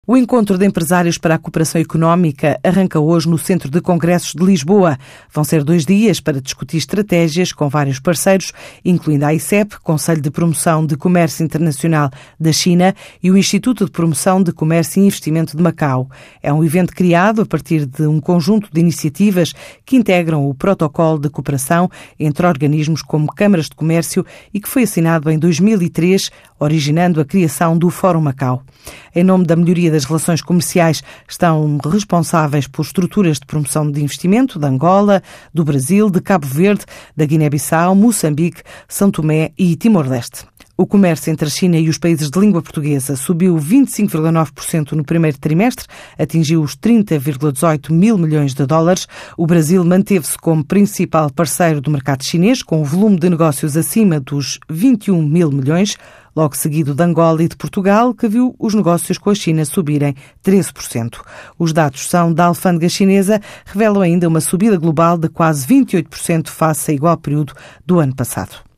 O encontro de empresários para a cooperação económica arranca hoje no Centro de Congressos de Lisboa. Vão ser 2 dias para discutir estratégias com vários parceiros, incluindo a ICEP, Conselho de Promoção de Comércio Internacional da China, e o Instituto de Promoção de Comércio e Investimento de Macau. É um evento criado a partir de um conjunto de iniciativas que integram o protocolo de cooperação entre organismos como câmaras de comércio e que foi assinado em 2003, originando a criação do Fórum Macau. Em nome da melhoria das relações comerciais estão responsáveis por estruturas de promoção de investimento de Angola, do Brasil, de Cabo Verde, da Guiné-Bissau, Moçambique, São Tomé e Timor-Leste. O comércio entre a China e os países de língua portuguesa subiu 25,9% no primeiro trimestre, atingiu os 30,18 mil milhões de dólares. O Brasil manteve-se como principal parceiro do mercado chinês, com o volume de negócios acima dos 21 mil milhões, logo seguido de Angola e de Portugal, que viu os negócios com a China subirem 13%. Os dados são da alfândega chinesa, revelam ainda uma subida global de quase 28% face a igual período do ano passado.